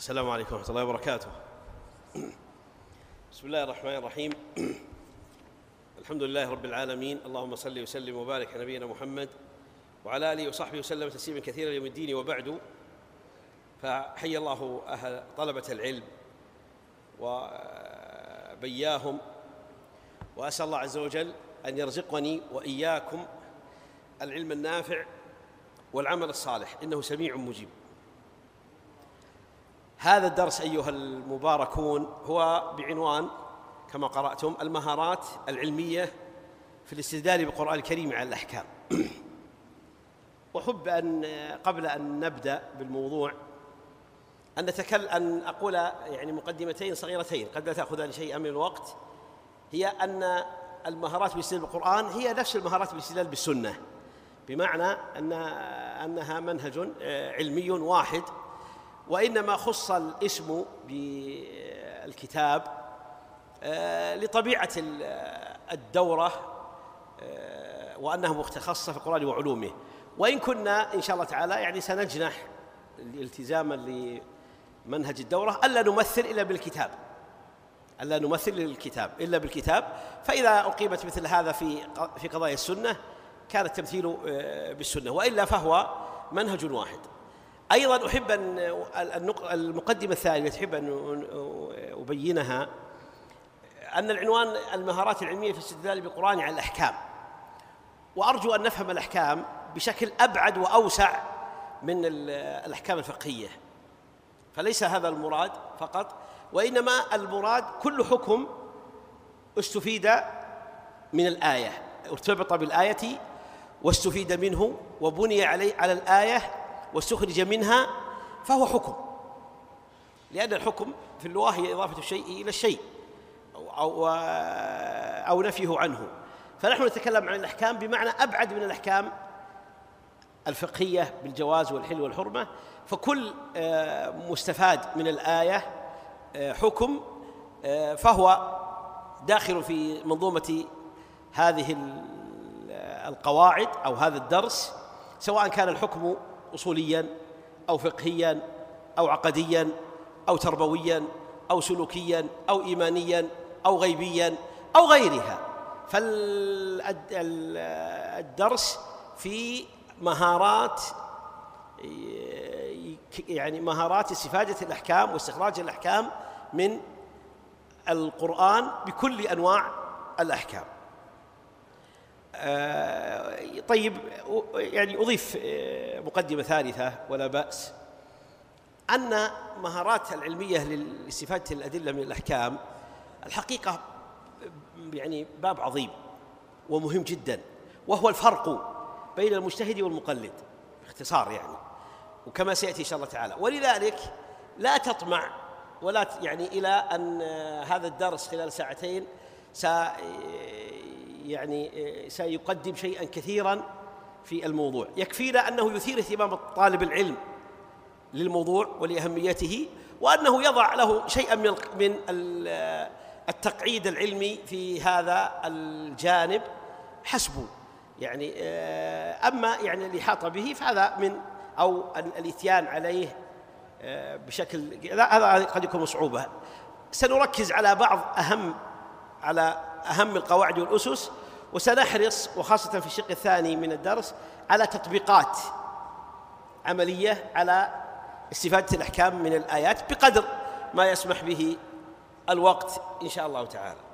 السلام عليكم ورحمة الله وبركاته. بسم الله الرحمن الرحيم. الحمد لله رب العالمين، اللهم صل وسلم وبارك على نبينا محمد وعلى آله وصحبه وسلم تسليما كثيرا يوم الدين، وبعد، فحي الله أهل طلبة العلم وبياهم، وأسأل الله عز وجل أن يرزقني وإياكم العلم النافع والعمل الصالح، إنه سميع مجيب. هذا الدرس أيها المباركون هو بعنوان كما قرأتم: المهارات العلمية في الاستدلال بالقرآن الكريم على الأحكام. وأحب أن قبل أن نبدأ بالموضوع أن أقول مقدمتين صغيرتين قد لا تأخذان شيئا من الوقت، هي أن المهارات بالاستدلال بالقرآن هي نفس المهارات بالاستدلال بالسنة، بمعنى أنها منهج علمي واحد، وإنما خص الاسم بالكتاب لطبيعة الدورة وأنها متخصصة في القرآن وعلومه. وإن كنا إن شاء الله تعالى سنجنح التزاما لمنهج الدورة ألا نمثل إلا بالكتاب، فإذا أقيمت مثل هذا في قضايا السنة كان التمثيل بالسنة، وإلا فهو منهج واحد. أيضا أحب أن المقدمة الثانية أحب أن أبينها، أن العنوان المهارات العلمية في الاستدلال بالقرآن على الأحكام، وأرجو أن نفهم الأحكام بشكل أبعد وأوسع من الأحكام الفقهية، فليس هذا المراد فقط، وإنما المراد كل حكم استفيد من الآية، ارتبط بالآية واستفيد منه وبني على الآية واستخرج منها، فهو حكم، لأن الحكم في اللغة هي إضافة الشيء إلى الشيء أو نفيه عنه، فنحن نتكلم عن الأحكام بمعنى أبعد من الأحكام الفقهية بالجواز والحل والحرمة، فكل مستفاد من الآية حكم، فهو داخل في منظومة هذه القواعد أو هذا الدرس، سواء كان الحكم أصولياً أو فقهياً أو عقدياً أو تربوياً أو سلوكياً أو إيمانياً أو غيبياً أو غيرها. فالدرس في مهارات مهارات استفادة الأحكام واستخراج الأحكام من القرآن بكل أنواع الأحكام. طيب، أضيف مقدمة ثالثة ولا بأس، أن مهارات العلمية لاستفادة الأدلة من الأحكام الحقيقة باب عظيم ومهم جدا، وهو الفرق بين المجتهد والمقلد باختصار، وكما سيأتي إن شاء الله تعالى. ولذلك لا تطمع ولا إلى أن هذا الدرس خلال ساعتين سيقدم شيئا كثيرا في الموضوع، يكفينا أنه يثير اهتمام طالب العلم للموضوع ولأهميته، وأنه يضع له شيئا من التقعيد العلمي في هذا الجانب حسبه، أما الإحاطة به فهذا أو الإتيان عليه بشكل هذا قد يكون صعوبة. سنركز على على أهم القواعد والأسس، وسنحرص وخاصة في الشق الثاني من الدرس على تطبيقات عملية على استفادة الأحكام من الآيات بقدر ما يسمح به الوقت إن شاء الله تعالى.